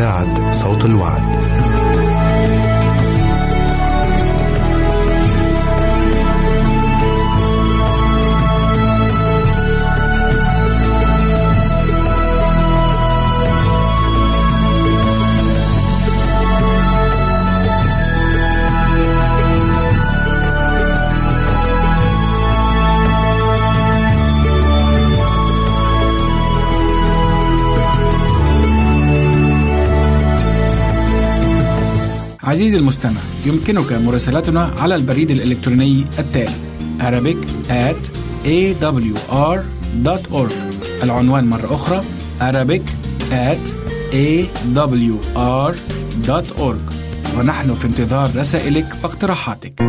إذاعة صوت الوعد. عزيزي المستمع، يمكنك مراسلتنا على البريد الإلكتروني التالي arabic@awr.org. العنوان مرة أخرى arabic@awr.org، ونحن في انتظار رسائلك واقتراحاتك.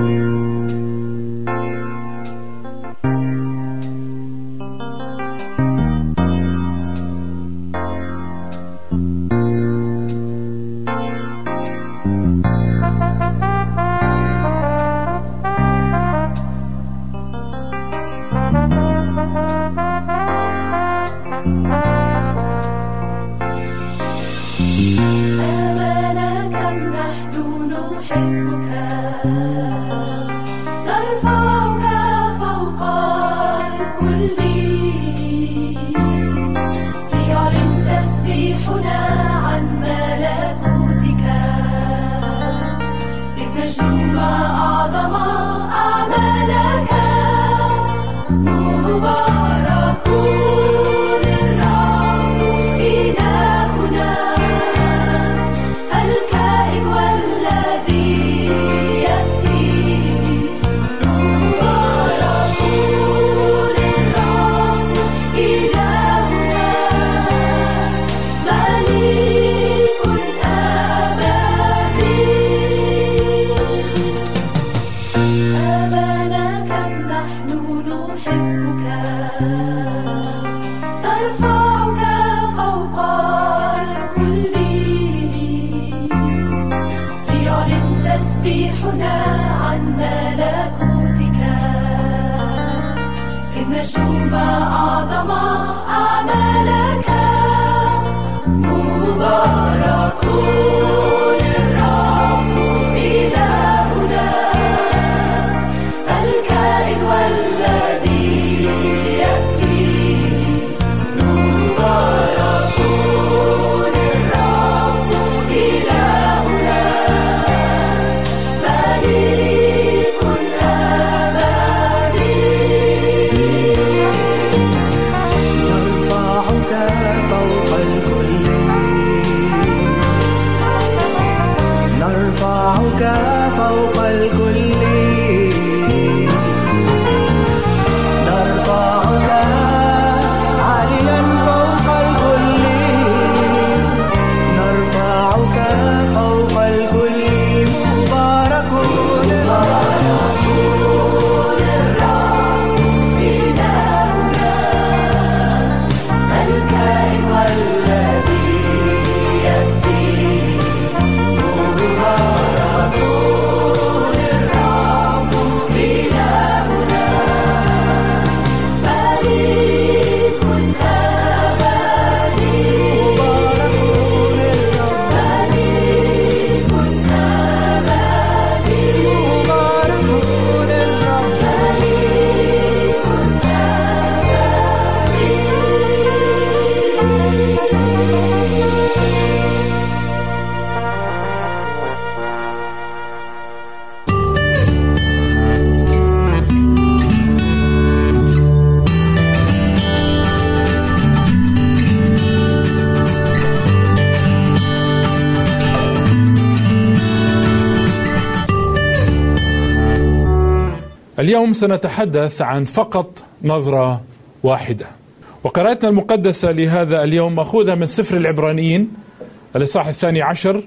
اليوم سنتحدث عن فقط نظرة واحدة، وقراءتنا المقدسة لهذا اليوم مأخوذة من سفر العبرانيين الإصحاح 12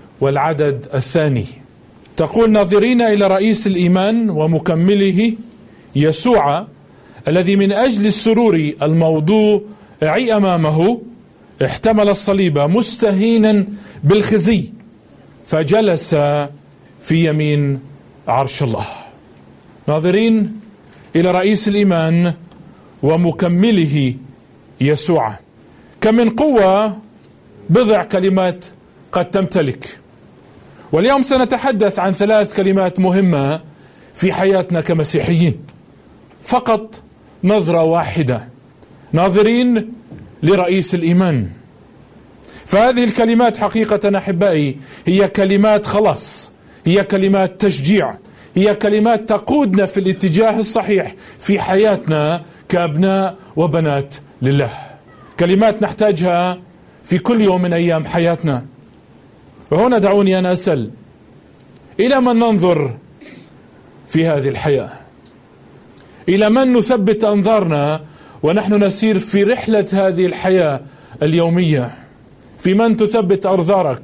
والعدد 2. تقول: ناظرين إلى رئيس الإيمان ومكمله يسوع، الذي من أجل السرور الموضوع أمامه احتمل الصليب مستهينا بالخزي فجلس في يمين عرش الله. ناظرين إلى رئيس الإيمان ومكمله يسوع. كم من قوة بضع كلمات قد تمتلك. واليوم سنتحدث عن 3 كلمات مهمة في حياتنا كمسيحيين، فقط نظرة واحدة، ناظرين لرئيس الإيمان. فهذه الكلمات حقيقة أحبائي هي كلمات خلاص، هي كلمات تشجيع، هي كلمات تقودنا في الاتجاه الصحيح في حياتنا كأبناء وبنات لله، كلمات نحتاجها في كل يوم من أيام حياتنا. وهنا دعوني أن أسأل: إلى من ننظر في هذه الحياة؟ إلى من نثبت أنظارنا ونحن نسير في رحلة هذه الحياة اليومية؟ في من تثبت أنظارك؟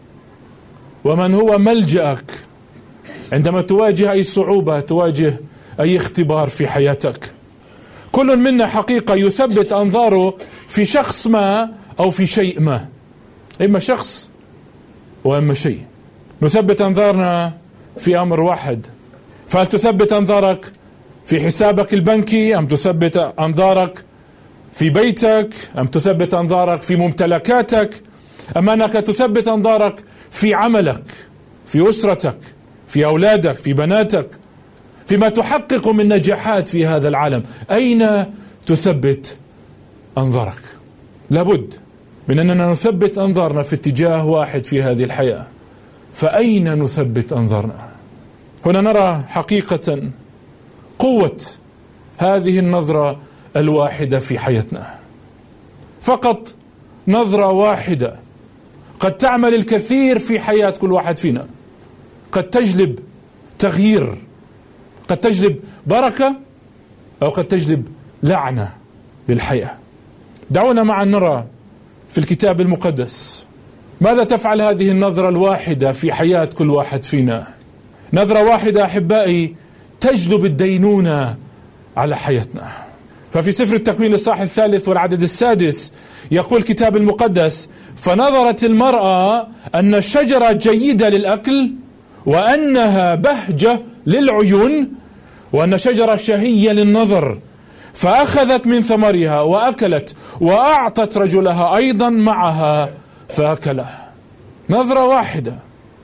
ومن هو ملجأك عندما تواجه أي صعوبة، تواجه أي اختبار في حياتك؟ كل منا حقيقة يثبت أنظاره في شخص ما أو في شيء ما، إما شخص وإما شيء. نثبت أنظارنا في أمر واحد. فهل تثبت أنظارك في حسابك البنكي، أم تثبت أنظارك في بيتك، أم تثبت أنظارك في ممتلكاتك، أم أنك تثبت أنظارك في عملك، في أسرتك، في أولادك، في بناتك، فيما تحقق من نجاحات في هذا العالم؟ أين تثبت أنظارك؟ لابد من أننا نثبت أنظارنا في اتجاه واحد في هذه الحياة. فأين نثبت أنظارنا؟ هنا نرى حقيقة قوة هذه النظرة الواحدة في حياتنا. فقط نظرة واحدة قد تعمل الكثير في حياة كل واحد فينا، قد تجلب تغيير، قد تجلب بركة، أو قد تجلب لعنة للحياة. دعونا معا نرى في الكتاب المقدس ماذا تفعل هذه النظرة الواحدة في حياة كل واحد فينا. نظرة واحدة أحبائي تجلب الدينونة على حياتنا. ففي سفر التكوين الإصحاح 3 والعدد 6 يقول الكتاب المقدس: فنظرت المرأة أن الشجرة جيدة للأكل، وأنها بهجة للعيون، وأن شجرة شهية للنظر، فأخذت من ثمرها وأكلت، وأعطت رجلها أيضا معها فأكله. نظرة واحدة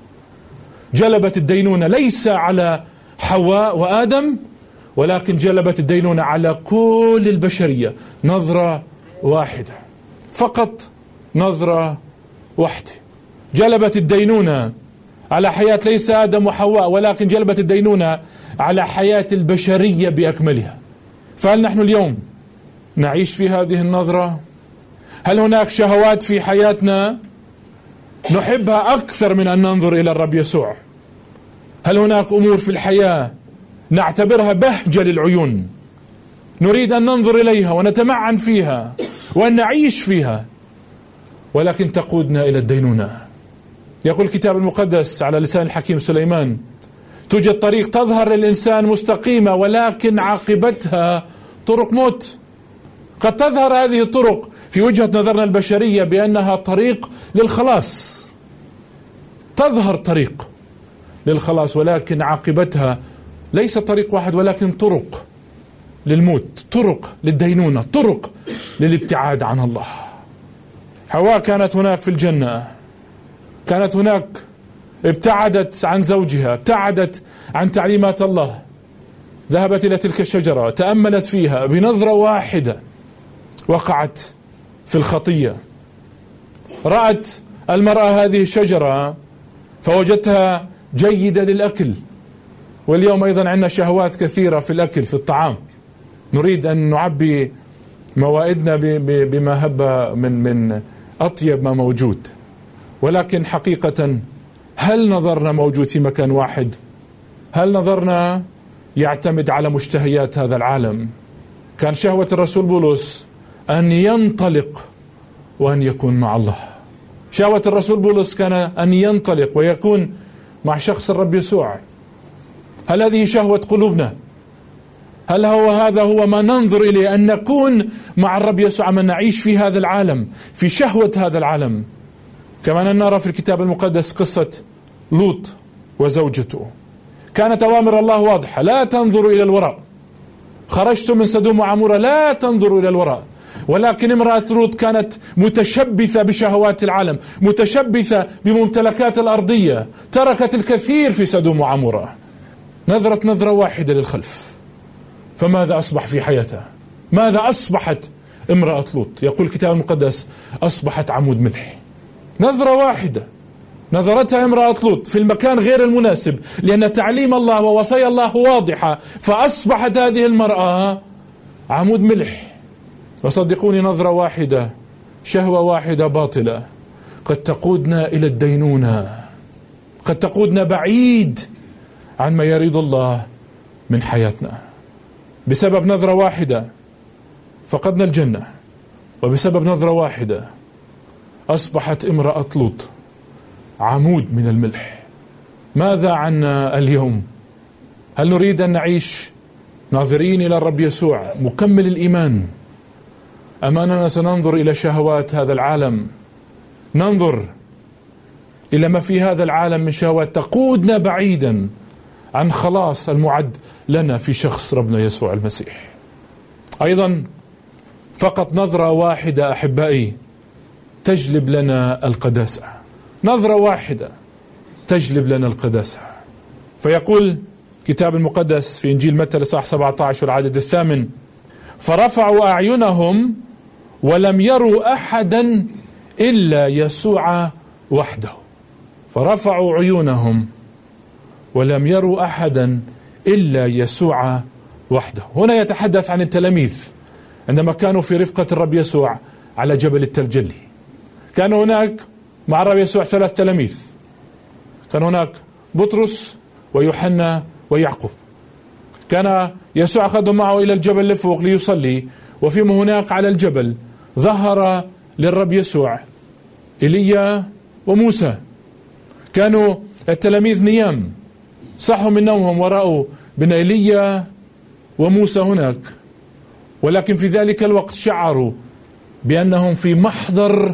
جلبت الدينونة ليس على حواء وآدم، ولكن جلبت الدينونة على كل البشرية. نظرة واحدة، فقط نظرة واحدة جلبت الدينونة على حياة ليس آدم وحواء، ولكن جلبت الدينونة على حياة البشرية بأكملها. فهل نحن اليوم نعيش في هذه النظرة؟ هل هناك شهوات في حياتنا نحبها أكثر من أن ننظر إلى الرب يسوع؟ هل هناك أمور في الحياة نعتبرها بهجة للعيون، نريد أن ننظر إليها ونتمعن فيها وأن نعيش فيها، ولكن تقودنا إلى الدينونة؟ يقول الكتاب المقدس على لسان الحكيم سليمان: توجد طريق تظهر للإنسان مستقيمة، ولكن عاقبتها طرق موت. قد تظهر هذه الطرق في وجهة نظرنا البشرية بأنها طريق للخلاص، تظهر طريق للخلاص، ولكن عاقبتها ليس طريق واحد، ولكن طرق للموت، طرق للدينونة، طرق للابتعاد عن الله. حواء كانت هناك في الجنة، كانت هناك، ابتعدت عن زوجها، ابتعدت عن تعليمات الله، ذهبت إلى تلك الشجرة، تأملت فيها، بنظرة واحدة وقعت في الخطية. رأت المرأة هذه الشجرة فوجدتها جيدة للأكل. واليوم أيضا عندنا شهوات كثيرة في الأكل، في الطعام، نريد أن نعبي موائدنا بما هب من أطيب ما موجود، ولكن حقيقة هل نظرنا موجود في مكان واحد؟ هل نظرنا يعتمد على مشتهيات هذا العالم؟ كان شهوة الرسول بولس أن ينطلق وأن يكون مع الله. شهوة الرسول بولس كان أن ينطلق ويكون مع شخص الرب يسوع. هل هذه شهوة قلوبنا؟ هل هذا هو ما ننظر إليه، أن نكون مع الرب يسوع، من نعيش في هذا العالم، في شهوة هذا العالم؟ كما نرى في الكتاب المقدس قصة لوط وزوجته. كانت أوامر الله واضحة: لا تنظروا إلى الوراء. خرجتم من سدوم وعمورة، لا تنظروا إلى الوراء. ولكن امرأة لوط كانت متشبثة بشهوات العالم، متشبثة بممتلكات الأرضية، تركت الكثير في سدوم وعمورة. نظرة واحدة للخلف، فماذا أصبح في حياتها؟ ماذا أصبحت امرأة لوط؟ يقول الكتاب المقدس أصبحت عمود ملح. نظرة واحدة نظرتها امرأة لوط في المكان غير المناسب، لأن تعليم الله ووصايا الله واضحة، فأصبحت هذه المرأة عمود ملح. وصدقوني، نظرة واحدة، شهوة واحدة باطلة قد تقودنا إلى الدينونة، قد تقودنا بعيد عن ما يريد الله من حياتنا. بسبب نظرة واحدة فقدنا الجنة، وبسبب نظرة واحدة أصبحت امرأة لوط عمود من الملح. ماذا عنا اليوم؟ هل نريد أن نعيش ناظرين إلى الرب يسوع مكمل الإيمان، أم أننا سننظر إلى شهوات هذا العالم، ننظر إلى ما في هذا العالم من شهوات تقودنا بعيدا عن خلاص المعد لنا في شخص ربنا يسوع المسيح؟ أيضا فقط نظرة واحدة أحبائي تجلب لنا القداسة، نظرة واحدة تجلب لنا القداسة. فيقول الكتاب المقدس في إنجيل متى الإصحاح 17 والعدد 8: فرفعوا أعينهم ولم يروا أحدا إلا يسوع وحده. فرفعوا عيونهم ولم يروا أحدا إلا يسوع وحده. هنا يتحدث عن التلاميذ عندما كانوا في رفقة الرب يسوع على جبل التجلي. كان هناك مع الرب يسوع 3 تلاميذ، كان هناك بطرس ويوحنا ويعقوب. كان يسوع أخذهم معه إلى الجبل لفوق ليصلي، وفيما هناك على الجبل ظهر للرب يسوع إيليا وموسى. كانوا التلاميذ نيام، صحوا من نومهم ورأوا بأن إيليا وموسى هناك، ولكن في ذلك الوقت شعروا بأنهم في محضر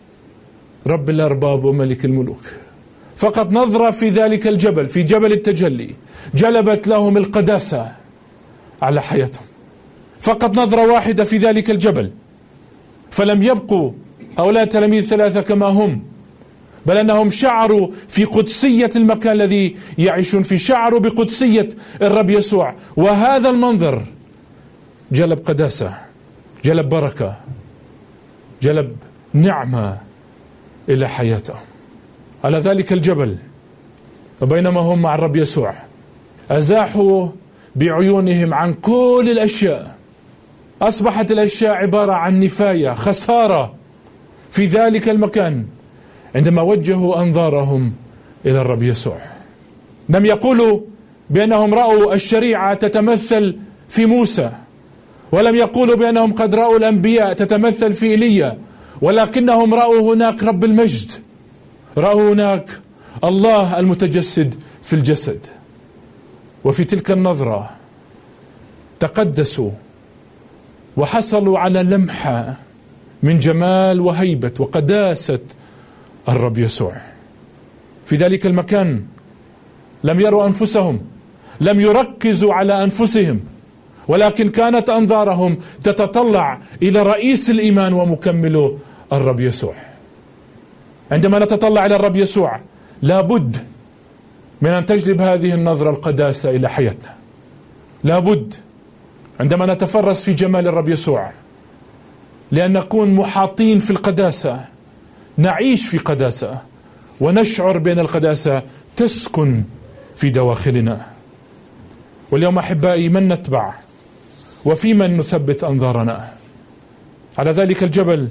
رب الأرباب وملك الملوك. فقط نظرة في ذلك الجبل، في جبل التجلي، جلبت لهم القداسة على حياتهم. فقط نظرة واحدة في ذلك الجبل، فلم يبقوا هؤلاء التلاميذ 3 كما هم، بل أنهم شعروا في قدسية المكان الذي يعيشون فيه، شعروا بقدسية الرب يسوع، وهذا المنظر جلب قداسة، جلب بركة، جلب نعمة إلى حياتهم. على ذلك الجبل وبينما هم مع الرب يسوع أزاحوا بعيونهم عن كل الأشياء، أصبحت الأشياء عبارة عن نفاية، خسارة في ذلك المكان عندما وجهوا أنظارهم إلى الرب يسوع. لم يقولوا بأنهم رأوا الشريعة تتمثل في موسى، ولم يقولوا بأنهم قد رأوا الأنبياء تتمثل في إيليا، ولكنهم رأوا هناك رب المجد، رأوا هناك الله المتجسد في الجسد. وفي تلك النظرة تقدسوا وحصلوا على لمحة من جمال وهيبة وقداسة الرب يسوع. في ذلك المكان لم يروا أنفسهم، لم يركزوا على أنفسهم، ولكن كانت أنظارهم تتطلع إلى رئيس الإيمان ومكمله الرب يسوع. عندما نتطلع إلى الرب يسوع لابد من أن تجلب هذه النظرة القداسة إلى حياتنا. لابد عندما نتفرس في جمال الرب يسوع لأن نكون محاطين في القداسة، نعيش في قداسة ونشعر بأن القداسة تسكن في دواخلنا. واليوم أحبائي، من نتبع وفي من نثبت أنظارنا؟ على ذلك الجبل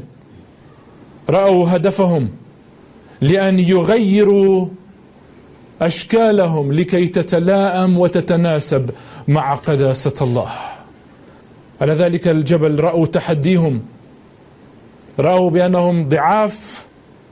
رأوا هدفهم لأن يغيروا أشكالهم لكي تتلائم وتتناسب مع قداسة الله. على ذلك الجبل رأوا تحديهم، رأوا بأنهم ضعاف،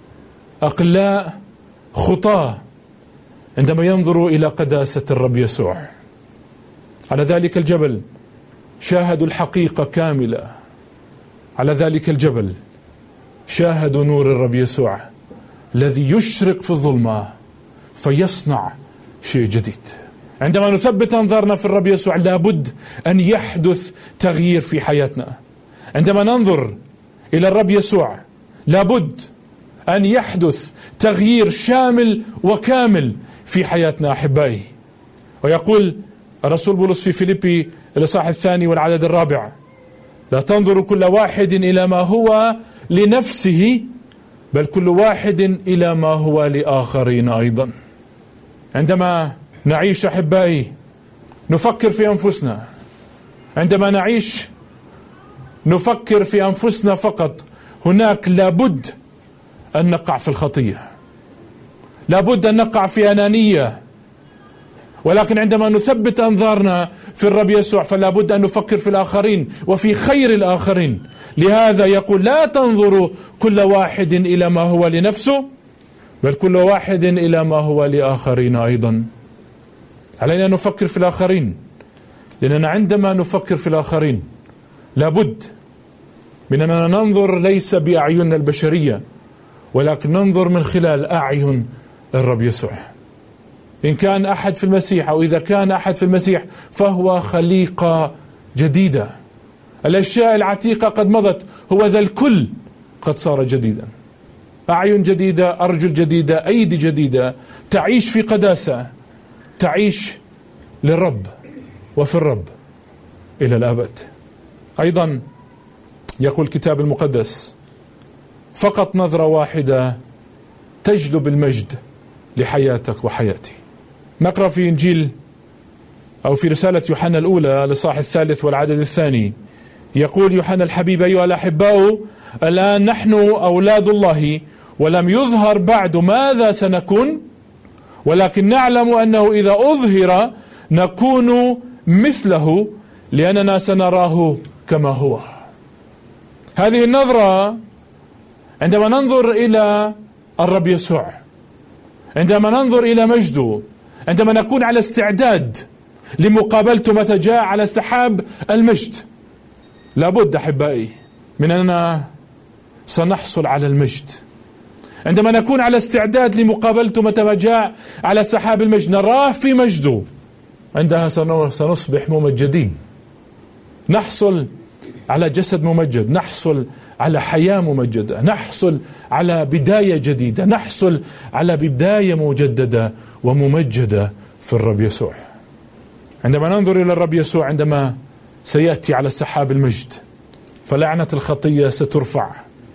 أقلاء، خطاة عندما ينظروا إلى قداسة الرب يسوع. على ذلك الجبل شاهدوا الحقيقة كاملة. على ذلك الجبل شاهدوا نور الرب يسوع الذي يشرق في الظلمة فيصنع شيء جديد. عندما نثبت أنظارنا في الرب يسوع لابد أن يحدث تغيير في حياتنا. عندما ننظر إلى الرب يسوع لابد أن يحدث تغيير شامل وكامل في حياتنا أحبائي. ويقول الرسول بولس في فيليبي الإصحاح 2 والعدد 4: لا تنظروا كل واحد إلى ما هو لنفسه، بل كل واحد إلى ما هو لآخرين أيضا. عندما نعيش أحبائي نفكر في أنفسنا، عندما نعيش نفكر في أنفسنا فقط، هناك لابد أن نقع في الخطية، لابد أن نقع في أنانية. ولكن عندما نثبت أنظارنا في الرب يسوع فلا بد أن نفكر في الآخرين وفي خير الآخرين. لهذا يقول لا تنظروا كل واحد إلى ما هو لنفسه، بل كل واحد إلى ما هو لآخرين أيضا. علينا أن نفكر في الآخرين، لأننا عندما نفكر في الآخرين لابد من أننا ننظر ليس بأعيننا البشرية، ولكن ننظر من خلال أعين الرب يسوع. إن كان أحد في المسيح، أو إذا كان أحد في المسيح، فهو خليقة جديدة، الأشياء العتيقة قد مضت، هو ذا الكل قد صار جديدا. أعين جديدة، أرجل جديدة، أيدي جديدة، تعيش في قداسة، تعيش للرب وفي الرب إلى الأبد. أيضا يقول الكتاب المقدس فقط نظرة واحدة تجلب المجد لحياتك وحياتي. نقرأ في إنجيل أو في رسالة يوحنا الأولى الإصحاح 3 والعدد 2، يقول يوحنا الحبيب: أيها الأحباء، الآن نحن أولاد الله، ولم يظهر بعد ماذا سنكون، ولكن نعلم أنه إذا أظهر نكون مثله، لأننا سنراه كما هو. هذه النظرة عندما ننظر إلى الرب يسوع، عندما ننظر إلى مجده، عندما نكون على استعداد لمقابلته متى جاء على سحاب المجد، لابد أحبائي من أننا سنحصل على المجد. عندما نكون على استعداد لمقابلته متى ما جاء على سحاب المجد، نراه في مجده، عندها سنصبح ممجدين، نحصل على جسد ممجد، نحصل على حياة ممجدة، نحصل على بداية جديدة، نحصل على بداية مجددة وممجدة في الرب يسوع. عندما ننظر إلى الرب يسوع عندما سيأتي على سحاب المجد، فلعنة الخطية سترفع،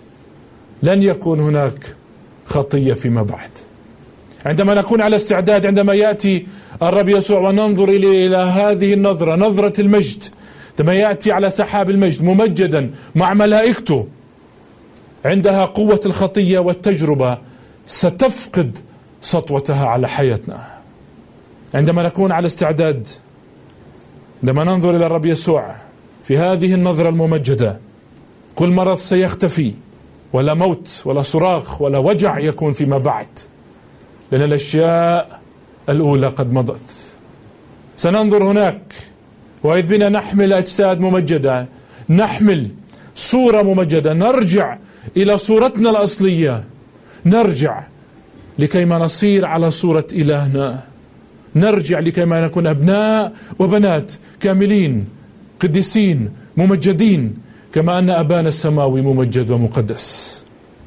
لن يكون هناك خطية فيما بعد. عندما نكون على استعداد عندما يأتي الرب يسوع وننظر إلى هذه النظرة، نظرة المجد، عندما يأتي على سحاب المجد ممجدا مع ملائكته، عندها قوة الخطية والتجربة ستفقد سطوتها على حياتنا. عندما نكون على استعداد، عندما ننظر إلى الرب يسوع في هذه النظرة الممجدة، كل مرض سيختفي، ولا موت ولا صراخ ولا وجع يكون فيما بعد، لأن الأشياء الأولى قد مضت. سننظر هناك وإذ بنا نحمل أجساد ممجدة، نحمل صورة ممجدة، نرجع إلى صورتنا الأصلية، نرجع لكيما نصير على صورة إلهنا، نرجع لكيما نكون أبناء وبنات كاملين قديسين ممجدين كما أن أبانا السماوي ممجد ومقدس.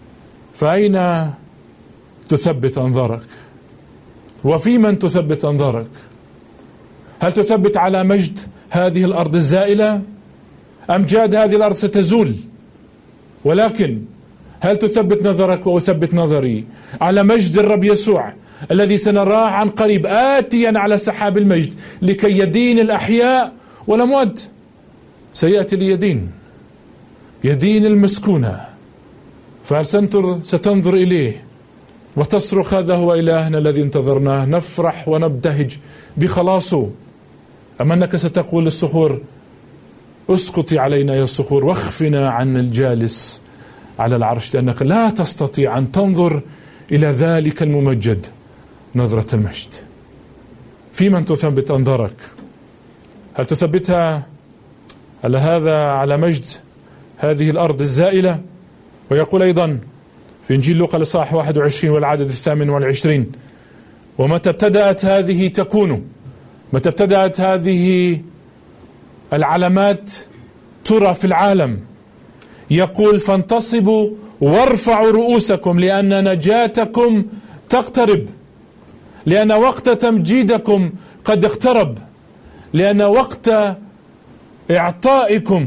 فأين تثبت أنظارك؟ وفي من تثبت أنظارك؟ هل تثبت على مجد هذه الأرض الزائلة؟ أمجاد هذه الأرض ستزول، ولكن هل تثبت نظرك وأثبت نظري على مجد الرب يسوع الذي سنراه عن قريب آتيا على سحاب المجد لكي يدين الأحياء والأموات؟ سيأتي ليدين، يدين المسكونة. فهل ستنظر إليه وتصرخ هذا هو إلهنا الذي انتظرناه، نفرح ونبتهج بخلاصه، أم أنك ستقول للصخور اسقطي علينا يا الصخور واخفنا عن الجالس على العرش، لأنك لا تستطيع أن تنظر إلى ذلك الممجد نظرة المجد؟ في من تثبت أنظارك؟ هل تثبتها على مجد هذه الأرض الزائلة؟ ويقول أيضا في إنجيل لوقا الإصحاح 21 والعدد 28: ومتى ابتدأت هذه تكون، متى ابتدأت هذه العلامات ترى في العالم، يقول: فانتصبوا وارفعوا رؤوسكم لأن نجاتكم تقترب، لأن وقت تمجيدكم قد اقترب، لأن وقت إعطائكم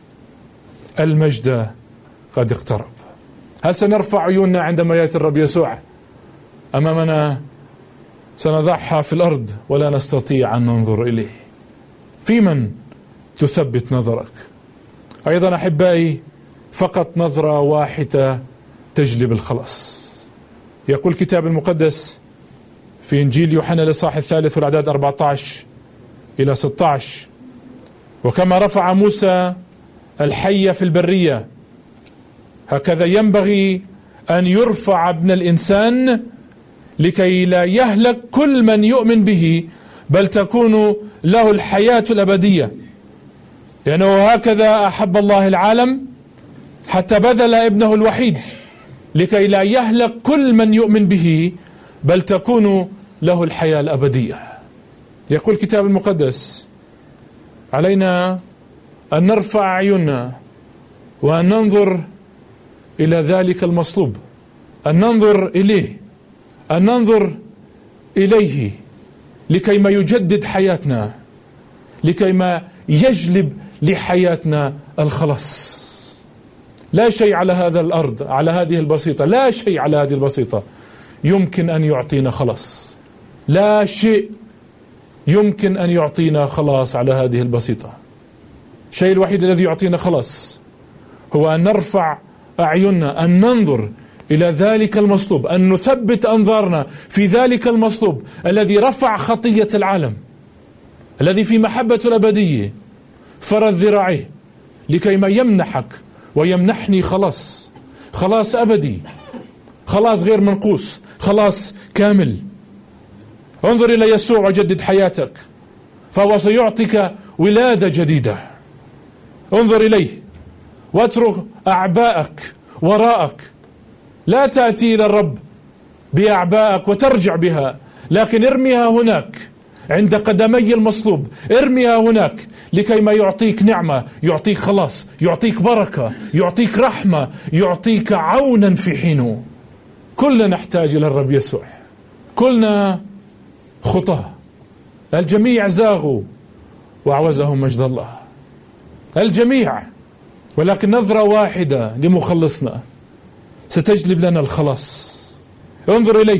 المجد قد اقترب. هل سنرفع عيوننا عندما يأتي الرب يسوع أمامنا؟ سنضعها في الأرض ولا نستطيع أن ننظر إليه. في من تثبت نظرك؟ أيضا أحبائي، فقط نظرة واحدة تجلب الخلاص. يقول الكتاب المقدس في إنجيل يوحنا الإصحاح 3 والأعداد 14 إلى 16: وكما رفع موسى الحية في البرية هكذا ينبغي أن يرفع ابن الإنسان لكي لا يهلك كل من يؤمن به بل تكون له الحياة الأبدية. لأنه هكذا أحب الله العالم حتى بذل ابنه الوحيد لكي لا يهلك كل من يؤمن به بل تكون له الحياة الأبدية. يقول الكتاب المقدس: علينا أن نرفع أعيننا وأن ننظر إلى ذلك المصلوب، أن ننظر إليه، أن ننظر إليه لكي ما يجدد حياتنا، لكي ما يجلب لحياتنا الخلاص. لا شيء على هذا الأرض، على هذه البسيطة، لا شيء على هذه البسيطة يمكن أن يعطينا خلاص. لا شيء يمكن أن يعطينا خلاص على هذه البسيطة. الشيء الوحيد الذي يعطينا خلاص هو أن نرفع أعيننا، أن ننظر إلى ذلك المصلوب، أن نثبت أنظارنا في ذلك المصلوب الذي رفع خطية العالم، الذي في محبة الأبدية فرد ذراعيه لكي ما يمنحك ويمنحني خلاص، خلاص أبدي، خلاص غير منقوص، خلاص كامل. انظر إلى يسوع وجدد حياتك، فهو سيعطيك ولادة جديدة. انظر إليه واترك أعباءك وراءك. لا تأتي إلى الرب بأعباءك وترجع بها، لكن ارميها هناك عند قدمي المصلوب، ارميها هناك لكي ما يعطيك نعمة، يعطيك خلاص، يعطيك بركة، يعطيك رحمة، يعطيك عونا في حينه. كلنا نحتاج إلى الرب يسوع، كلنا خطاه، الجميع زاغوا وأعوزهم مجد الله، الجميع، ولكن نظرة واحدة لمخلصنا ستجلب لنا الخلاص. انظر إليه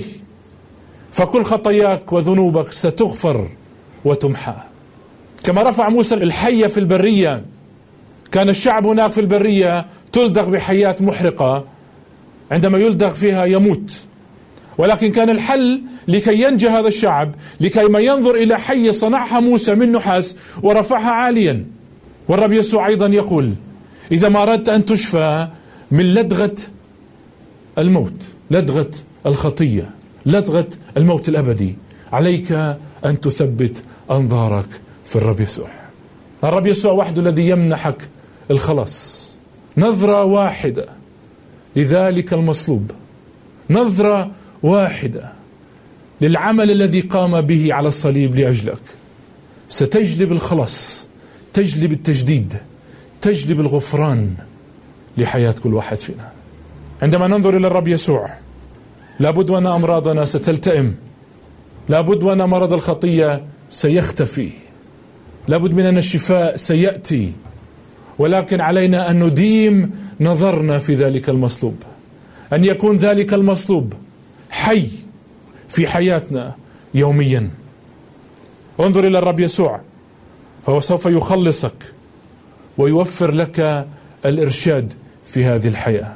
فكل خطاياك وذنوبك ستغفر وتمحى. كما رفع موسى الحية في البرية، كان الشعب هناك في البرية تلدغ بحياة محرقة، عندما يلدغ فيها يموت، ولكن كان الحل لكي ينجى هذا الشعب لكي ما ينظر إلى حية صنعها موسى من نحاس ورفعها عاليا. والرب يسوع أيضا يقول: إذا ما أردت أن تشفى من لدغة الموت، لدغة الخطية، لدغة الموت الأبدي، عليك أن تثبت أنظارك في الرب يسوع. الرب يسوع وحده الذي يمنحك الخلاص. نظرة واحدة لذلك المصلوب، نظرة واحدة للعمل الذي قام به على الصليب لأجلك ستجلب الخلاص، تجلب التجديد، تجلب الغفران لحياة كل واحد فينا. عندما ننظر إلى الرب يسوع لابد وأن أمراضنا ستلتئم، لابد وأن مرض الخطية سيختفي، لابد من أن الشفاء سيأتي، ولكن علينا أن نديم نظرنا في ذلك المصلوب، أن يكون ذلك المصلوب حي في حياتنا يوميا. انظر إلى الرب يسوع فهو سوف يخلصك ويوفر لك الإرشاد في هذه الحياة.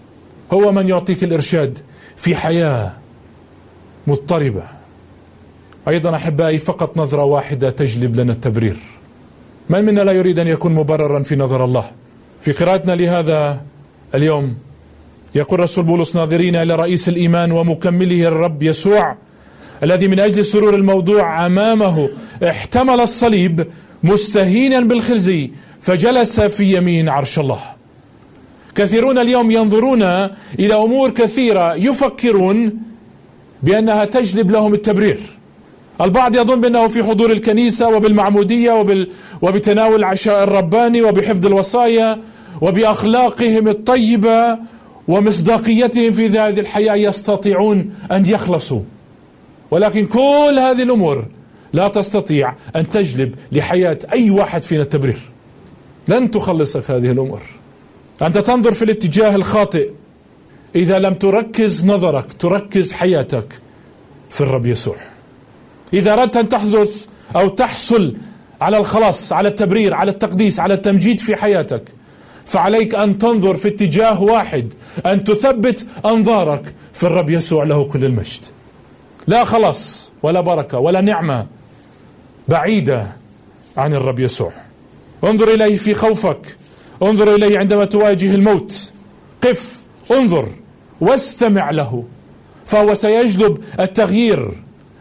هو من يعطيك الإرشاد في حياة مضطربة. أيضا أحبائي، فقط نظرة واحدة تجلب لنا التبرير. من منا لا يريد أن يكون مبررا في نظر الله؟ في قراءتنا لهذا اليوم يقول رسول بولس: ناظرين إلى رئيس الإيمان ومكمله الرب يسوع الذي من أجل السرور الموضوع أمامه احتمل الصليب مستهينا بالخزي فجلس في يمين عرش الله. كثيرون اليوم ينظرون إلى أمور كثيرة يفكرون بأنها تجلب لهم التبرير. البعض يظن بأنه في حضور الكنيسة وبالمعمودية وبتناول العشاء الرباني وبحفظ الوصايا وبأخلاقهم الطيبة ومصداقيتهم في هذه الحياة يستطيعون أن يخلصوا، ولكن كل هذه الأمور لا تستطيع أن تجلب لحياة أي واحد فينا التبرير. لن تخلصك هذه الأمور. أنت تنظر في الاتجاه الخاطئ إذا لم تركز نظرك، تركز حياتك في الرب يسوع. إذا أردت أن تحدث أو تحصل على الخلاص، على التبرير، على التقديس، على التمجيد في حياتك، فعليك أن تنظر في اتجاه واحد، أن تثبت أنظارك في الرب يسوع له كل المجد. لا خلاص ولا بركة ولا نعمة بعيدة عن الرب يسوع. انظر إليه في خوفك، انظر إليه عندما تواجه الموت. قف، انظر واستمع له، فهو سيجلب التغيير،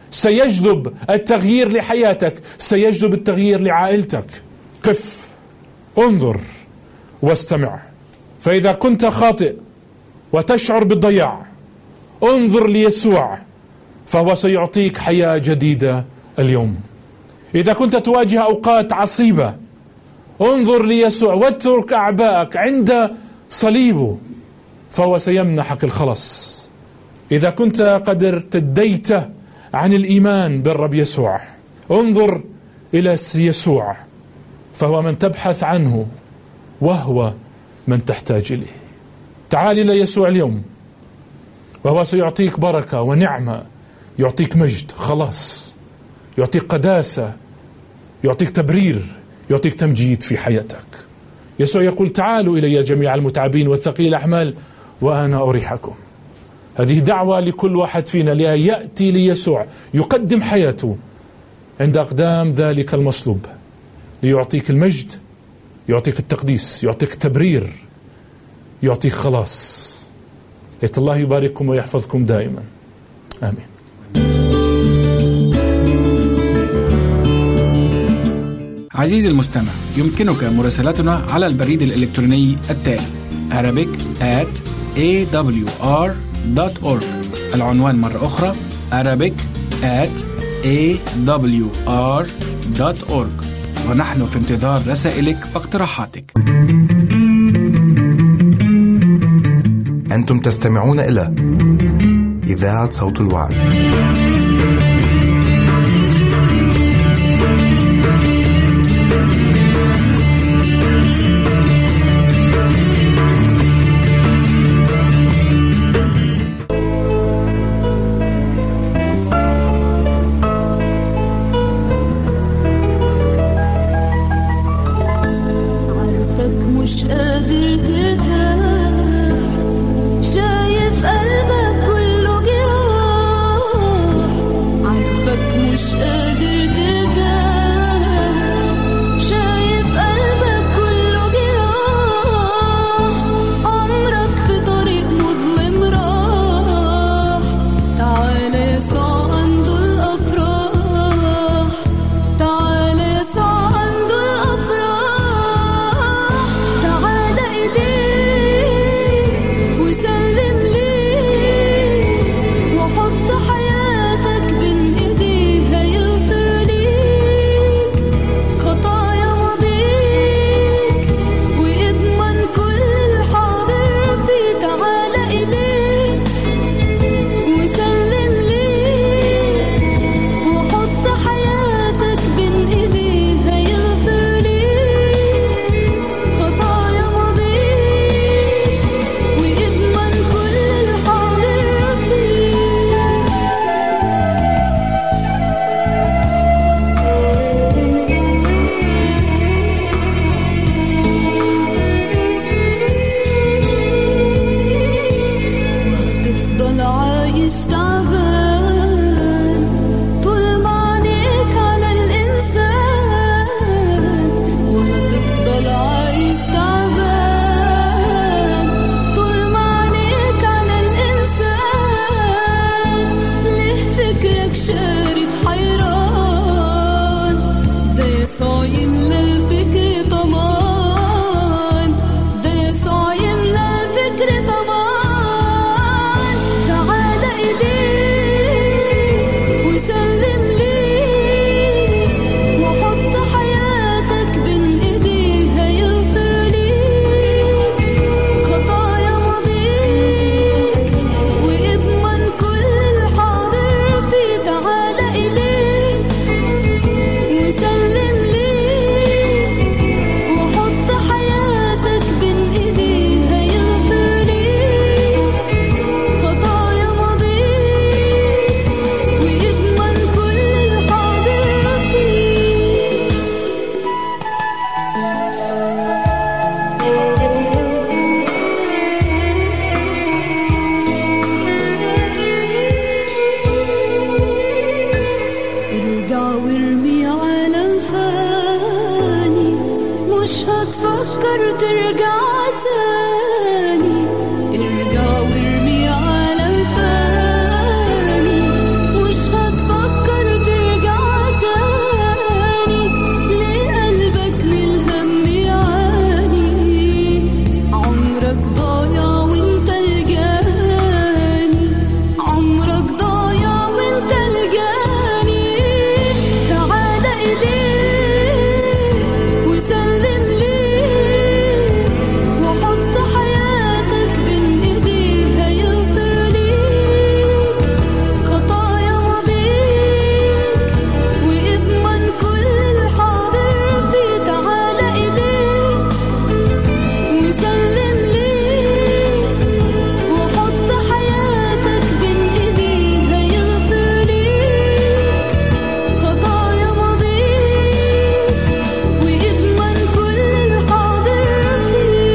سيجلب التغيير لحياتك، سيجلب التغيير لعائلتك. قف، انظر واستمع. فإذا كنت خاطئ وتشعر بالضياع، انظر ليسوع، فهو سيعطيك حياة جديدة اليوم. إذا كنت تواجه أوقات عصيبة، انظر ليسوع واترك أعبائك عند صليبه، فهو سيمنحك الخلاص. إذا كنت قد ارتديت عن الإيمان بالرب يسوع، انظر إلى يسوع، فهو من تبحث عنه وهو من تحتاج إليه. تعال إلى يسوع اليوم، وهو سيعطيك بركة ونعمة، يعطيك مجد، خلاص، يعطيك قداسة، يعطيك تبرير، يعطيك تمجيد في حياتك. يسوع يقول: تعالوا إلي جميع المتعبين والثقيل الأحمال وأنا أريحكم. هذه دعوة لكل واحد فينا ليأتي ليسوع، يقدم حياته عند أقدام ذلك المصلوب، ليعطيك المجد، يعطيك التقديس، يعطيك التبرير، يعطيك خلاص. ليت الله يبارككم ويحفظكم دائما، آمين. عزيزي المستمع، يمكنك مراسلتنا على البريد الإلكتروني التالي arabic@awr.org. العنوان مرة أخرى arabic@awr.org، ونحن في انتظار رسائلك واقتراحاتك. أنتم تستمعون إلى إذاعة صوت الوعد. وارمي عالم فاني، مش هتفكر ترجع تاني. ارجع وارمي عالم فاني، مش هتفكر ترجع تاني. لقلبك من الهم يعاني، عمرك ضايع وانت الجاني، عمرك ضايع وانت الجاني. تعال إليه وسلم ليه، وحط حياتك بين ايديه، هيغفر ليك خطايا ماضيك ويضمن كل الحاضر فيه. تعال إليه وسلم ليه، وحط حياتك بين ايديه، هيغفر ليك خطايا ماضيك ويضمن كل الحاضر فيه.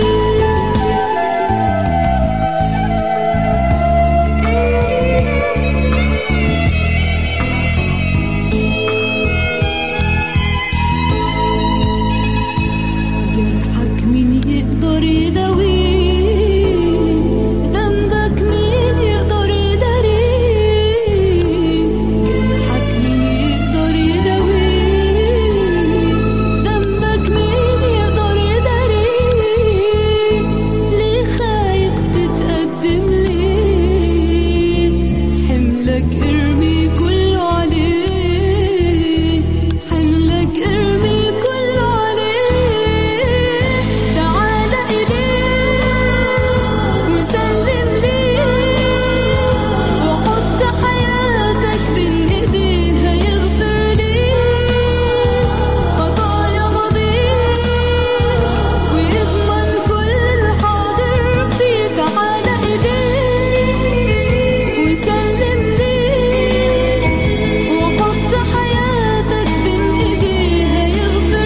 جرحك مين يقدر يداويه، ذنبك مين يقدر يداريه. جرحك مين يقدر يداويه، ذنبك مين يقدر يداريه. ليه خايف تتقدم ليه؟ حملك ارمي كله عليه، حملك ارمي كله عليه. تعال إليه وسلم ليه، وحط حياتك بين ايديه، هيغفر ليك خطايا ماضيك ويضمن كل الحاضر فيه. تعال إليه وسلم ليه، وحط حياتك بين ايديه، هيغفر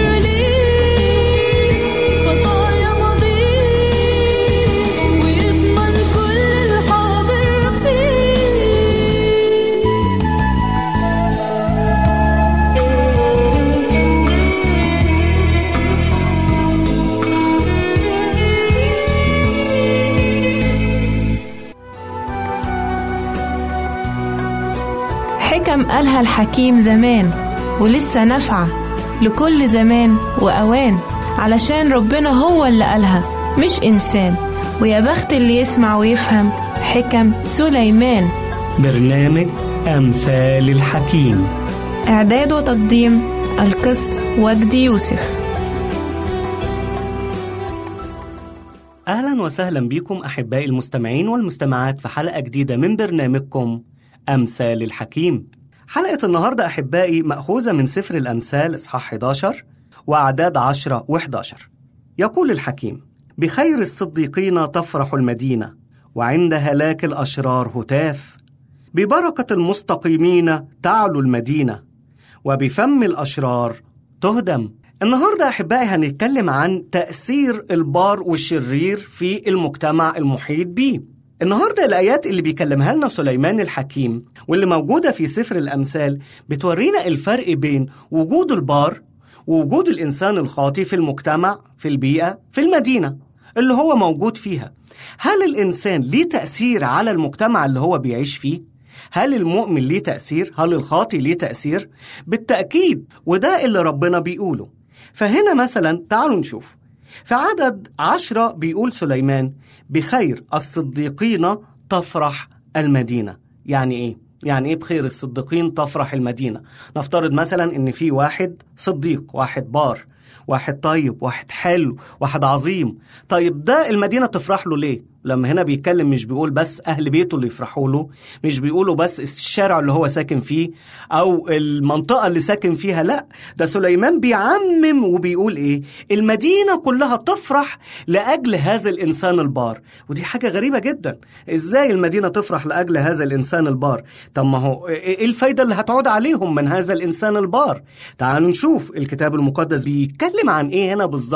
ليك خطايا ماضيك ويضمن كل الحاضر فيه. حكم قالها الحكيم زمان ولسه نافعة لكل زمان وأوان، علشان ربنا هو اللي قالها مش إنسان. ويا بخت اللي يسمع ويفهم حكم سليمان. برنامج أمثال الحكيم، إعداد وتقديم القس وجدي يوسف. أهلا وسهلا بكم أحبائي المستمعين والمستمعات في حلقة جديدة من برنامجكم أمثال الحكيم. حلقة النهاردة أحبائي مأخوذة من سفر الأمثال إصحاح 11 وأعداد 10 و11. يقول الحكيم: بخير الصديقين تفرح المدينة، وعند هلاك الأشرار هتاف. ببركة المستقيمين تعلو المدينة، وبفم الأشرار تهدم. النهاردة أحبائي هنتكلم عن تأثير البار والشرير في المجتمع المحيط بيه. النهاردة الآيات اللي بيكلمها لنا سليمان الحكيم واللي موجودة في سفر الأمثال بتورينا الفرق بين وجود البار ووجود الإنسان الخاطئ في المجتمع، في البيئة، في المدينة اللي هو موجود فيها. هل الإنسان ليه تأثير على المجتمع اللي هو بيعيش فيه؟ هل المؤمن ليه تأثير؟ هل الخاطئ ليه تأثير؟ بالتأكيد، وده اللي ربنا بيقوله. فهنا مثلا تعالوا نشوف في عدد 10 بيقول سليمان: بخير الصديقين تفرح المدينة. يعني إيه؟ يعني إيه بخير الصديقين تفرح المدينة؟ نفترض مثلا إن في واحد صديق، واحد بار، واحد طيب، واحد حلو، واحد عظيم. طيب ده المدينة تفرح له ليه؟ لما هنا بيتكلم مش بيقول بس أهل بيته اللي يفرحوا له، مش بيقولوا بس الشارع اللي هو ساكن فيه أو المنطقة اللي ساكن فيها، لا، ده سليمان بيعمم وبيقول إيه؟ المدينة كلها تفرح لأجل هذا الإنسان البار. ودي حاجة غريبة جدا، إزاي المدينة تفرح لأجل هذا الإنسان البار؟ طب ما هو إيه الفايدة اللي هتعود عليهم من هذا الإنسان البار؟ تعالوا نشوف الكتاب المقدس بيتكلم عن إيه هنا بالظبط.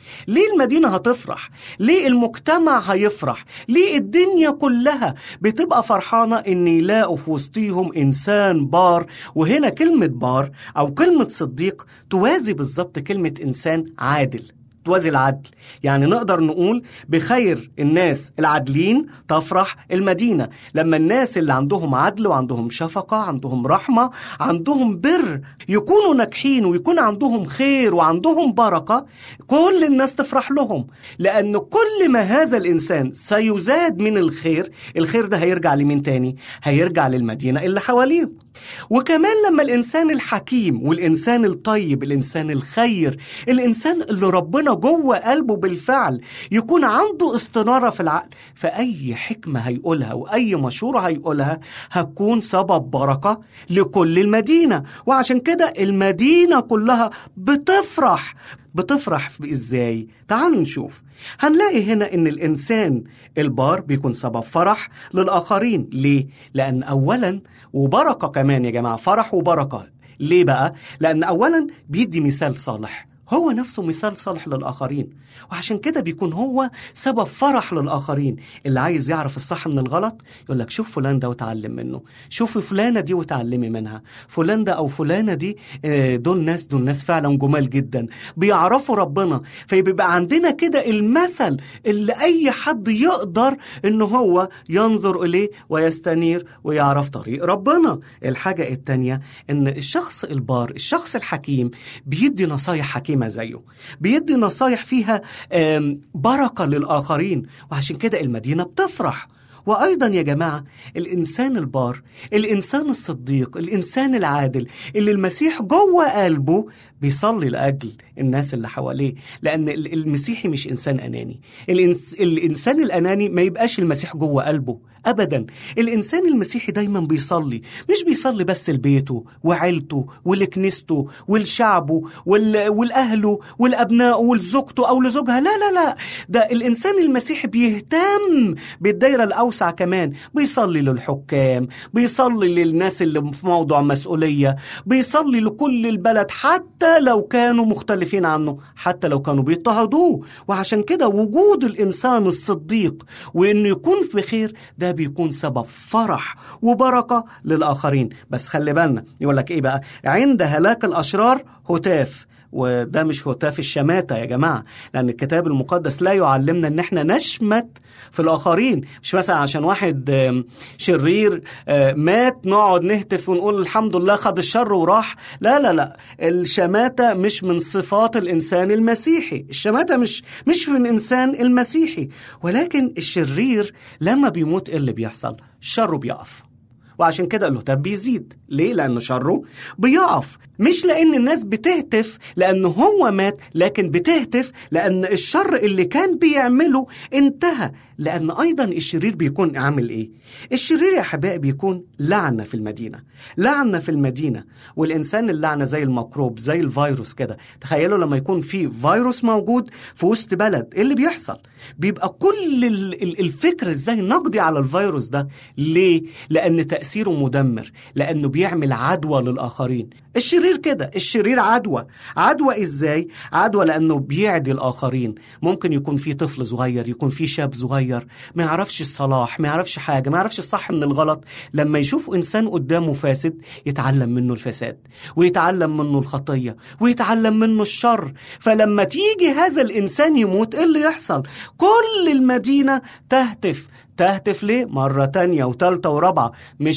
ليه المدينة هتفرح؟ ليه المجتمع هيفرح؟ ليه الدنيا كلها بتبقى فرحانة إن يلاقوا في وسطيهم إنسان بار؟ وهنا كلمة بار أو كلمة صديق توازي بالظبط كلمة إنسان عادل، توازي العدل. يعني نقدر نقول بخير الناس العادلين تفرح المدينة. لما الناس اللي عندهم عدل وعندهم شفقة، عندهم رحمة، عندهم بر، يكونوا ناجحين ويكون عندهم خير وعندهم بركة، كل الناس تفرح لهم، لأن كل ما هذا الإنسان سيزاد من الخير، الخير ده هيرجع لمين تاني؟ هيرجع للمدينة اللي حواليه. وكمان لما الإنسان الحكيم والإنسان الطيب، الإنسان الخير، الإنسان اللي ربنا جوه قلبه بالفعل يكون عنده استنارة في العقل، فأي حكمة هيقولها وأي مشورة هيقولها هتكون سبب بركة لكل المدينة. وعشان كده المدينة كلها بتفرح إزاي؟ تعالوا نشوف. هنلاقي هنا إن الإنسان البار بيكون سبب فرح للآخرين. ليه؟ لأن أولا وبركة كمان يا جماعة، فرح وبركة. ليه بقى؟ لأن أولا بيدي مثال صالح، هو نفسه مثال صالح للآخرين، وعشان كده بيكون هو سبب فرح للآخرين. اللي عايز يعرف الصح من الغلط يقول لك شوف فلان ده وتعلم منه، شوف فلانة دي وتعلمي منها، فلان ده أو فلانة دي دول ناس فعلا جمال جدا بيعرفوا ربنا. فيبقى عندنا كده المثل اللي أي حد يقدر إنه هو ينظر إليه ويستنير ويعرف طريق ربنا. الحاجة التانية إن الشخص البار، الشخص الحكيم بيدي نصايح حكيمة زيه، بيدي نصايح فيها بركة للآخرين، وعشان كده المدينة بتفرح. وأيضا يا جماعة الإنسان البار، الإنسان الصديق، الإنسان العادل اللي المسيح جوه قلبه بيصلي لأجل الناس اللي حواليه، لأن المسيحي مش إنسان أناني. الإنسان الأناني ما يبقاش المسيح جوه قلبه أبدا. الإنسان المسيحي دايما بيصلي، مش بيصلي بس لبيته وعيلته ولكنيسته ولشعبه والأهله والأبناء ولزوجته أو لزوجها، لا لا لا، ده الإنسان المسيحي بيهتم بالدائرة الأوسع كمان. بيصلي للحكام، بيصلي للناس اللي في موضوع مسؤولية، بيصلي لكل البلد حتى لو كانوا مختلفين عنه، حتى لو كانوا بيضطهدوه. وعشان كده وجود الإنسان الصديق وإنه يكون بخير ده بيكون سبب فرح وبركة للآخرين. بس خلي بالنا، يقول لك إيه بقى؟ عند هلاك الأشرار هتاف. وده مش هتاف الشماتة يا جماعة، لأن الكتاب المقدس لا يعلمنا أن احنا نشمت في الآخرين. مش مثلا عشان واحد شرير مات نقعد نهتف ونقول الحمد لله خد الشر وراح. لا لا لا، الشماتة مش من صفات الإنسان المسيحي، الشماتة مش من إنسان المسيحي. ولكن الشرير لما بيموت إيه اللي بيحصل؟ شره بيقف، وعشان كده الهتاف بيزيد. ليه؟ لأنه شره بيقف، مش لأن الناس بتهتف لأنه هو مات، لكن بتهتف لأن الشر اللي كان بيعمله انتهى. لأن أيضا الشرير بيكون عامل إيه؟ الشرير يا حبائي بيكون لعنة في المدينة، لعنة في المدينة. والإنسان اللعنة زي الميكروب، زي الفيروس كده. تخيلوا لما يكون في فيروس موجود في وسط بلد، إيه اللي بيحصل؟ بيبقى كل الفكر إزاي نقضي على الفيروس ده. ليه؟ لأن تأثيره مدمر، لأنه بيعمل عدوى للآخرين. الشرير كده، الشرير عدوى إزاي؟ عدوى لأنه بيعدي الآخرين. ممكن يكون في طفل صغير، يكون في شاب صغير ما يعرفش الصلاح، ما يعرفش حاجة، ما يعرفش الصح من الغلط. لما يشوف إنسان قدامه فاسد يتعلم منه الفساد، ويتعلم منه الخطية، ويتعلم منه الشر. فلما تيجي هذا الإنسان يموت إيه اللي يحصل؟ كل المدينة تهتف ليه؟ مرة تانية وثالثة ورابعة.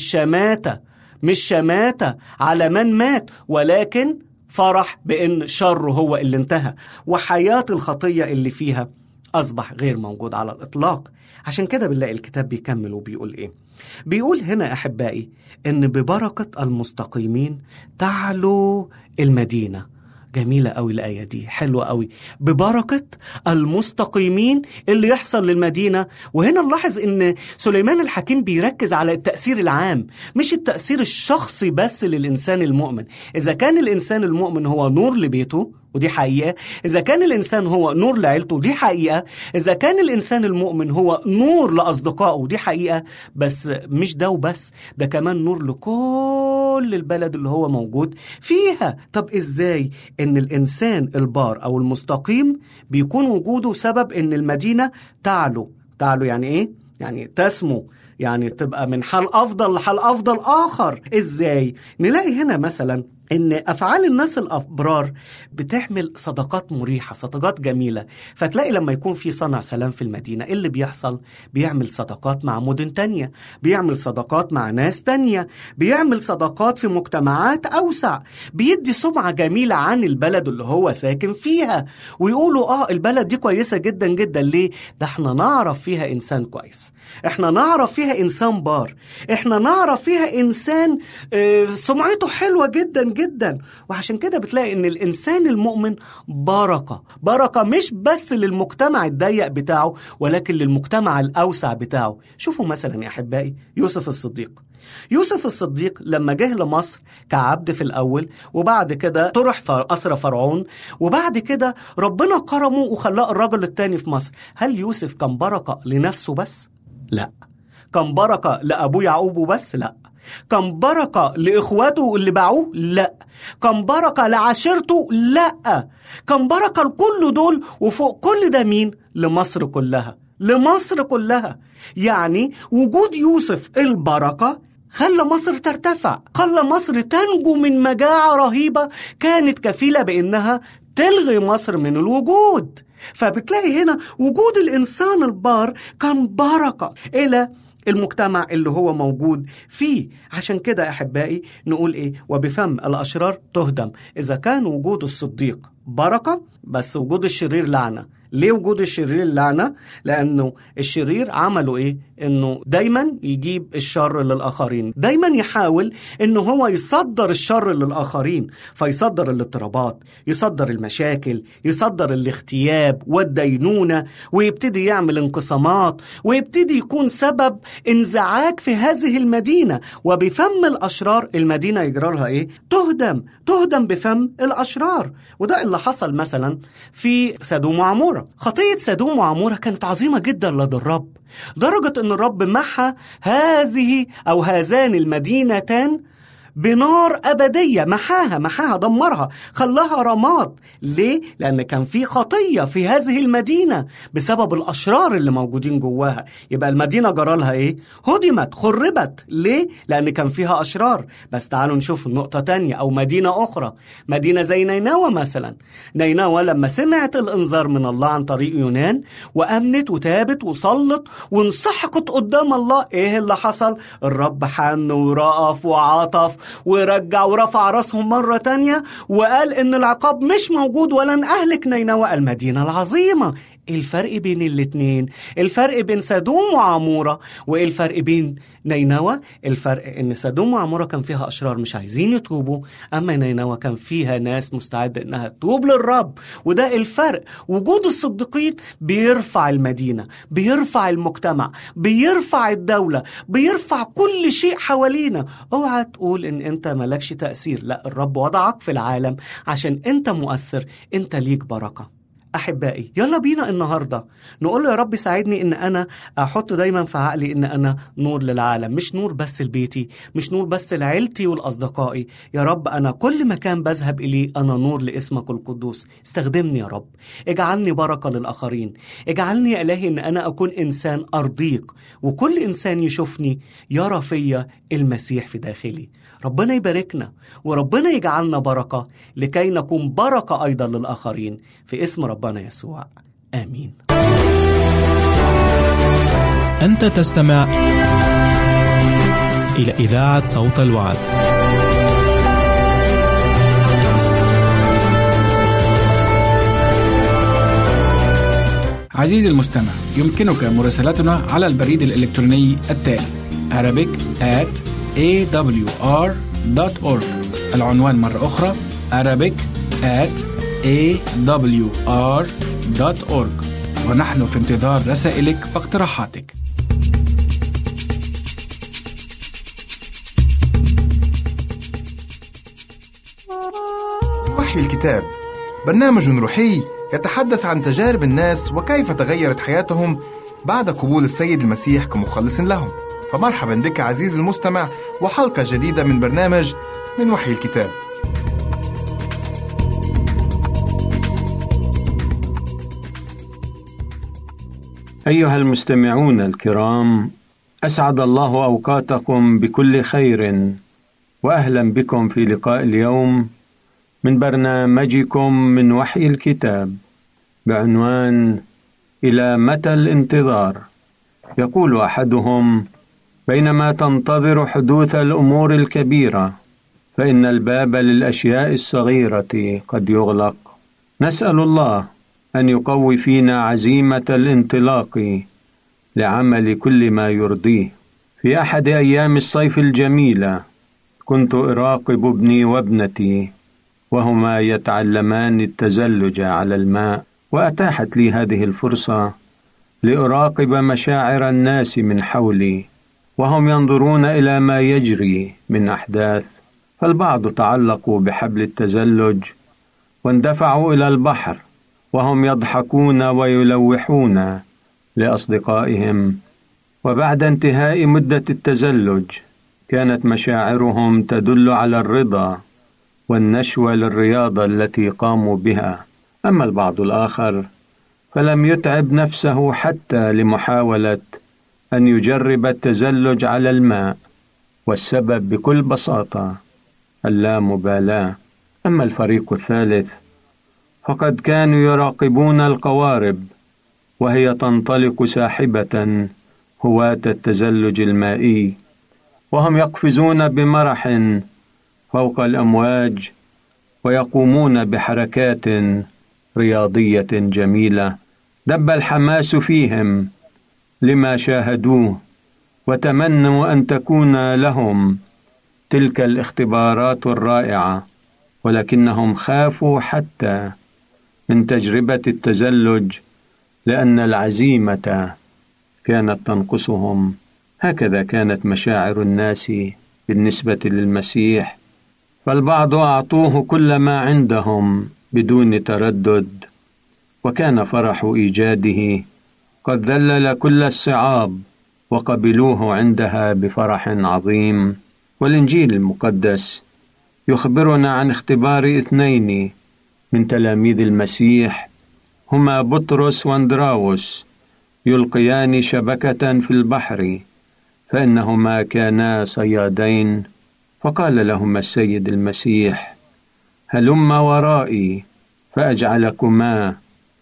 مش شماتة على من مات، ولكن فرح بأن شره هو اللي انتهى، وحياة الخطية اللي فيها أصبح غير موجود على الإطلاق. عشان كده بنلاقي الكتاب بيكمل وبيقول إيه؟ بيقول هنا أحبائي إن ببركة المستقيمين تعلو المدينة. جميلة قوي الآية دي، حلوة قوي. ببركة المستقيمين اللي يحصل للمدينة. وهنا نلاحظ إن سليمان الحكيم بيركز على التأثير العام، مش التأثير الشخصي بس للإنسان المؤمن. إذا كان الإنسان المؤمن هو نور لبيته ودي حقيقة. إذا كان الإنسان هو نور لعيلته دي حقيقة. إذا كان الإنسان المؤمن هو نور لأصدقائه دي حقيقة. بس مش ده وبس، ده كمان نور لكل البلد اللي هو موجود فيها. طب إزاي إن الإنسان البار أو المستقيم بيكون وجوده سبب إن المدينة تعلو يعني إيه؟ يعني تسمو، يعني تبقى من حال أفضل لحال أفضل آخر. إزاي؟ نلاقي هنا مثلا إن أفعال الناس الأبرار بتعمل صداقات مريحة، صداقات جميلة. فتلاقي لما يكون في صنع سلام في المدينة، اللي بيحصل بيعمل صداقات مع مدن تانية، بيعمل صداقات مع ناس تانية، بيعمل صداقات في مجتمعات أوسع، بيدي سمعة جميلة عن البلد اللي هو ساكن فيها، ويقولوا البلد دي كويسة جدا جدا. ليه؟ ده احنا نعرف فيها إنسان كويس، احنا نعرف فيها إنسان بار، احنا نعرف فيها إنسان سمعته حلوة جدا جدا. وعشان كده بتلاقي ان الانسان المؤمن بركة مش بس للمجتمع الضيق بتاعه، ولكن للمجتمع الاوسع بتاعه. شوفوا مثلا يا احبائي يوسف الصديق لما جه لمصر كعبد في الأول، وبعد كده طرح في أسر فرعون، وبعد كده ربنا كرمه وخلاه الرجل الثاني في مصر. هل يوسف كان بركة لنفسه بس؟ لا. كان بركة لأبوه يعقوب بس؟ لا. كان بركة لإخواته اللي باعوه؟ لا. كان بركة لعشيرته؟ لا. كان بركة لكل دول، وفوق كل ده مين؟ لمصر كلها. يعني وجود يوسف البركة خلى مصر ترتفع، خلى مصر تنجو من مجاعة رهيبة كانت كفيلة بأنها تلغي مصر من الوجود. فبتلاقي هنا وجود الإنسان البار كان بركة إلى المجتمع اللي هو موجود فيه. عشان كده يا أحبائي نقول إيه؟ وبفم الأشرار تهدم. إذا كان وجود الصديق بركة، بس وجود الشرير لعنة. ليه وجود الشرير لعنة؟ لأنه الشرير عمله إيه؟ إنه دايما يجيب الشر للآخرين، دايما يحاول إنه هو يصدر الشر للآخرين، فيصدر الاضطرابات، يصدر المشاكل، يصدر الاغتياب والدينونة، ويبتدي يعمل انقسامات، ويبتدي يكون سبب انزعاج في هذه المدينة. وبفم الأشرار المدينة يجرى لها إيه؟ تهدم بفم الأشرار. وده اللي حصل مثلا في سدوم وعمورة. خطية سدوم وعمورة كانت عظيمة جدا لدى الرب، درجة أن الرب محى هذان المدينتان بنار أبدية. محاها دمرها، خلاها رماد. ليه؟ لأن كان في خطية في هذه المدينة بسبب الأشرار اللي موجودين جواها. يبقى المدينة جرالها إيه؟ هدمت، خربت. ليه؟ لأن كان فيها أشرار. بس تعالوا نشوف نقطة تانية أو مدينة أخرى، مدينة زي نينوى مثلا. نينوى لما سمعت الإنذار من الله عن طريق يونان وأمنت وتابت وصلت وانسحقت قدام الله، إيه اللي حصل؟ الرب حن ورأف وعطف ورجع ورفع راسهم مرة تانية، وقال إن العقاب مش موجود ولن أهلك نينوى المدينة العظيمة. إيه الفرق بين الاتنين؟ الفرق بين سدوم وعمورة وإيه الفرق بين نينوى؟ الفرق إن سدوم وعمورة كان فيها أشرار مش عايزين يتوبوا، أما نينوى كان فيها ناس مستعدة إنها تتوب للرب. وده الفرق. وجود الصديقين بيرفع المدينة، بيرفع المجتمع، بيرفع الدولة، بيرفع كل شيء حوالينا. اوعى تقول إن أنت ملكش تأثير، لا، الرب وضعك في العالم عشان أنت مؤثر، أنت ليك بركة. أحبائي يلا بينا النهاردة نقول له يا رب ساعدني إن أنا أحط دايما في عقلي إن أنا نور للعالم، مش نور بس لبيتي، مش نور بس لعيلتي والأصدقائي. يا رب أنا كل مكان بذهب إليه أنا نور لاسمك القدوس. استخدمني يا رب، اجعلني بركة للآخرين، اجعلني يا إلهي إن أنا أكون إنسان أرضيك، وكل إنسان يشوفني يرى فيا المسيح في داخلي. ربنا يباركنا وربنا يجعلنا بركة لكي نكون بركة أيضا للآخرين في اسم ربنا يسوع، آمين. أنت تستمع إلى إذاعة صوت الوعد. عزيزي المستمع، يمكنك مراسلتنا على البريد الإلكتروني التالي arabic@awr.org. العنوان مرة أخرى arabic@awr.org. ونحن في انتظار رسائلك واقتراحاتك. وحي الكتاب برنامج روحي يتحدث عن تجارب الناس وكيف تغيرت حياتهم بعد قبول السيد المسيح كمخلص لهم. فمرحبا بك عزيزي المستمع وحلقة جديدة من برنامج من وحي الكتاب. أيها المستمعون الكرام، أسعد الله أوقاتكم بكل خير، وأهلا بكم في لقاء اليوم من برنامجكم من وحي الكتاب بعنوان إلى متى الانتظار. يقول أحدهم: بينما تنتظر حدوث الأمور الكبيرة فإن الباب للأشياء الصغيرة قد يغلق. نسأل الله أن يقوي فينا عزيمة الانطلاق لعمل كل ما يرضيه. في أحد أيام الصيف الجميلة كنت أراقب ابني وابنتي وهما يتعلمان التزلج على الماء، وأتاحت لي هذه الفرصة لأراقب مشاعر الناس من حولي وهم ينظرون إلى ما يجري من أحداث. فالبعض تعلقوا بحبل التزلج واندفعوا إلى البحر وهم يضحكون ويلوحون لأصدقائهم، وبعد انتهاء مدة التزلج كانت مشاعرهم تدل على الرضا والنشوة للرياضة التي قاموا بها. أما البعض الآخر فلم يتعب نفسه حتى لمحاولة أن يجرب التزلج على الماء، والسبب بكل بساطة اللامبالاة. أما الفريق الثالث فقد كانوا يراقبون القوارب وهي تنطلق ساحبة هواة التزلج المائي، وهم يقفزون بمرح فوق الأمواج ويقومون بحركات رياضية جميلة. دب الحماس فيهم لما شاهدوه وتمنوا أن تكون لهم تلك الاختبارات الرائعة، ولكنهم خافوا حتى من تجربة التزلج لأن العزيمة كانت تنقصهم. هكذا كانت مشاعر الناس بالنسبة للمسيح، فالبعض أعطوه كل ما عندهم بدون تردد، وكان فرح إيجاده قد ذلل كل الصعاب وقبلوه عندها بفرح عظيم. والإنجيل المقدس يخبرنا عن اختبار اثنين من تلاميذ المسيح، هما بطرس واندراوس، يلقيان شبكة في البحر فإنهما كانا صيادين. فقال لهما السيد المسيح: هلما ورائي فأجعلكما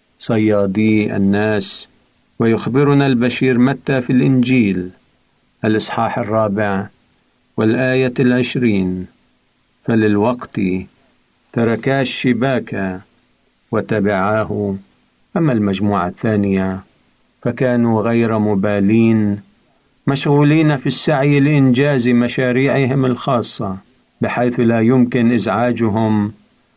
صيادي الناس. ويخبرنا البشير متى في الإنجيل الإصحاح 4 والآية 20: فللوقت تركا الشباك وتبعاه. أما المجموعة الثانية فكانوا غير مبالين، مشغولين في السعي لإنجاز مشاريعهم الخاصة بحيث لا يمكن إزعاجهم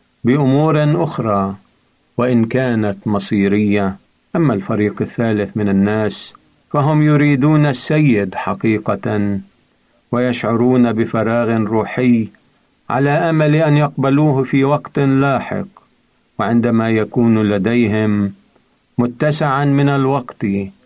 بأمور أخرى وإن كانت مصيرية. أما الفريق الثالث من الناس فهم يريدون السيد حقيقة ويشعرون بفراغ روحي على أمل أن يقبلوه في وقت لاحق، وعندما يكون لديهم متسعا من الوقت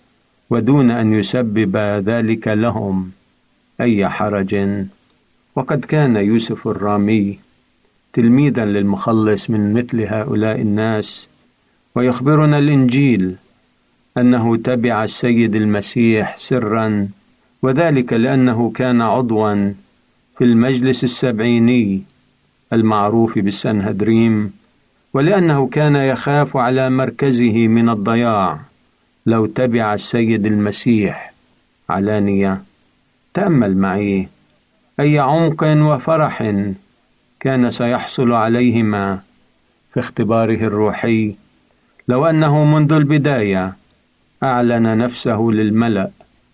ودون أن يسبب ذلك لهم أي حرج. وقد كان يوسف الرامي تلميذا للمخلص من مثل هؤلاء الناس، ويخبرنا الإنجيل أنه تبع السيد المسيح سرا، وذلك لأنه كان عضوا في المجلس السبعيني المعروف بالسنهدريم، ولأنه كان يخاف على مركزه من الضياع لو تبع السيد المسيح علانية. تأمل معي أي عمق وفرح كان سيحصل عليهما في اختباره الروحي لو أنه منذ البداية أعلن نفسه للملأ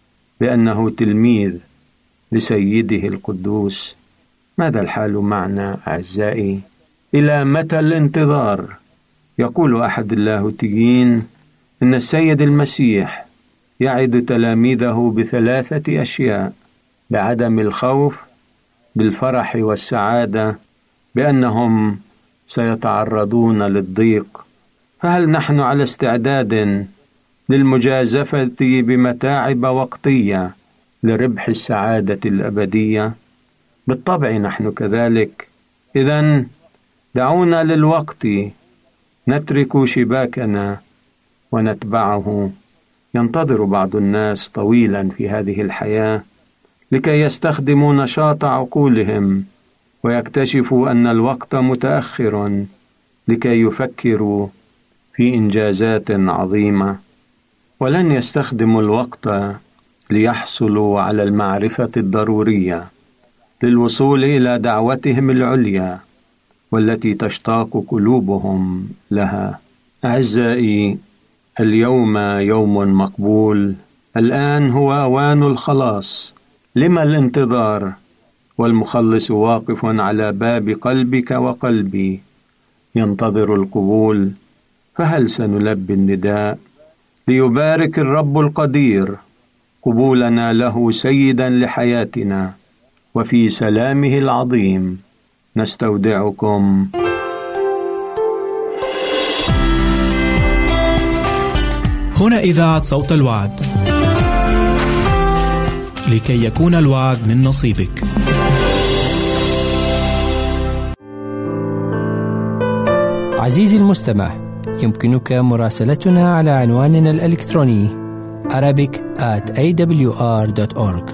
بأنه تلميذ لسيده القدوس. ماذا الحال معنا أعزائي؟ إلى متى الانتظار؟ يقول أحد اللاهوتيين إن السيد المسيح يعد تلاميذه بثلاثة أشياء: بعدم الخوف، بالفرح والسعادة، بأنهم سيتعرضون للضيق، فهل نحن على استعداد للمجازفة بمتاعب وقتية لربح السعادة الأبدية؟ بالطبع نحن كذلك. إذن دعونا للوقت نترك شباكنا ونتبعه. ينتظر بعض الناس طويلا في هذه الحياة لكي يستخدموا نشاط عقولهم ويكتشفوا أن الوقت متأخر لكي يفكروا في إنجازات عظيمة، ولن يستخدموا الوقت ليحصلوا على المعرفة الضرورية للوصول إلى دعوتهم العليا والتي تشتاق قلوبهم لها. أعزائي، اليوم يوم مقبول، الآن هو أوان الخلاص. لما الانتظار والمخلص واقف على باب قلبك وقلبي ينتظر القبول، فهل سنلبي النداء ليبارك الرب القدير قبولنا له سيدا لحياتنا، وفي سلامه العظيم نستودعكم. هنا إذاعة صوت الوعد، لكي يكون الوعد من نصيبك. عزيزي المستمع، يمكنك مراسلتنا على عنواننا الإلكتروني arabic@awr.org.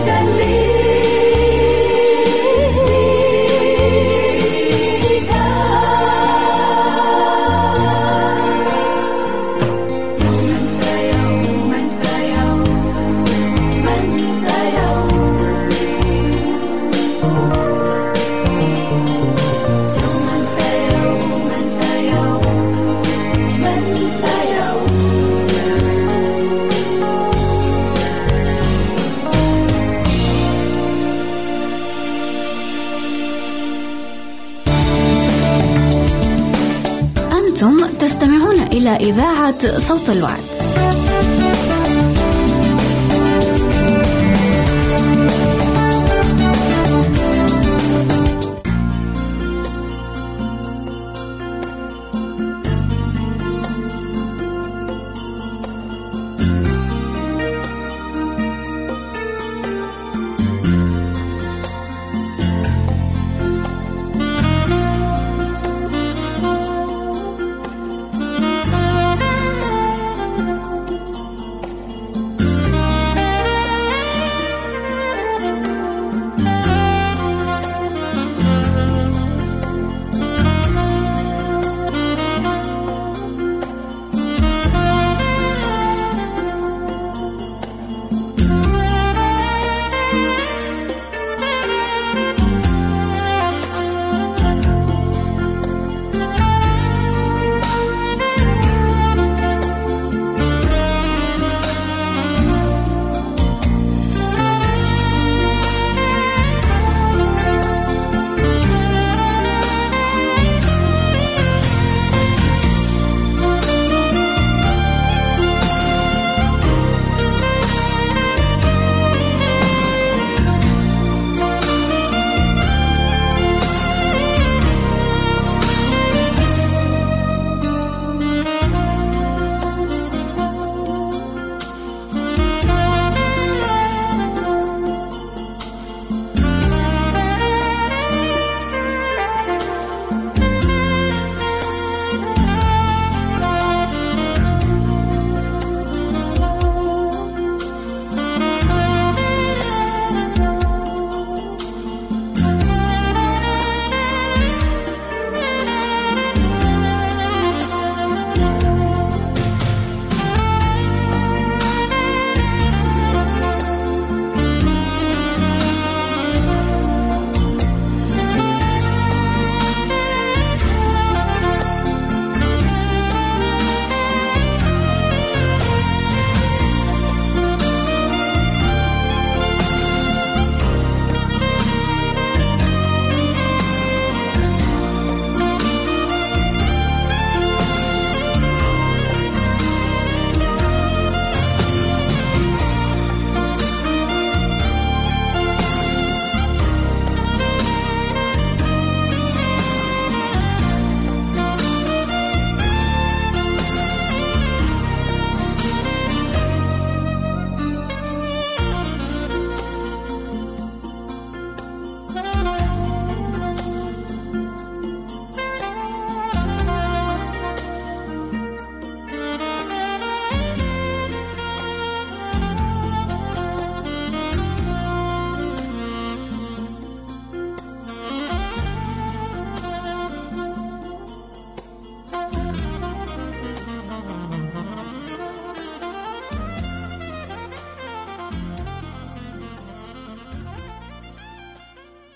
Come أنتم تستمعون إلى إذاعة صوت الوعد.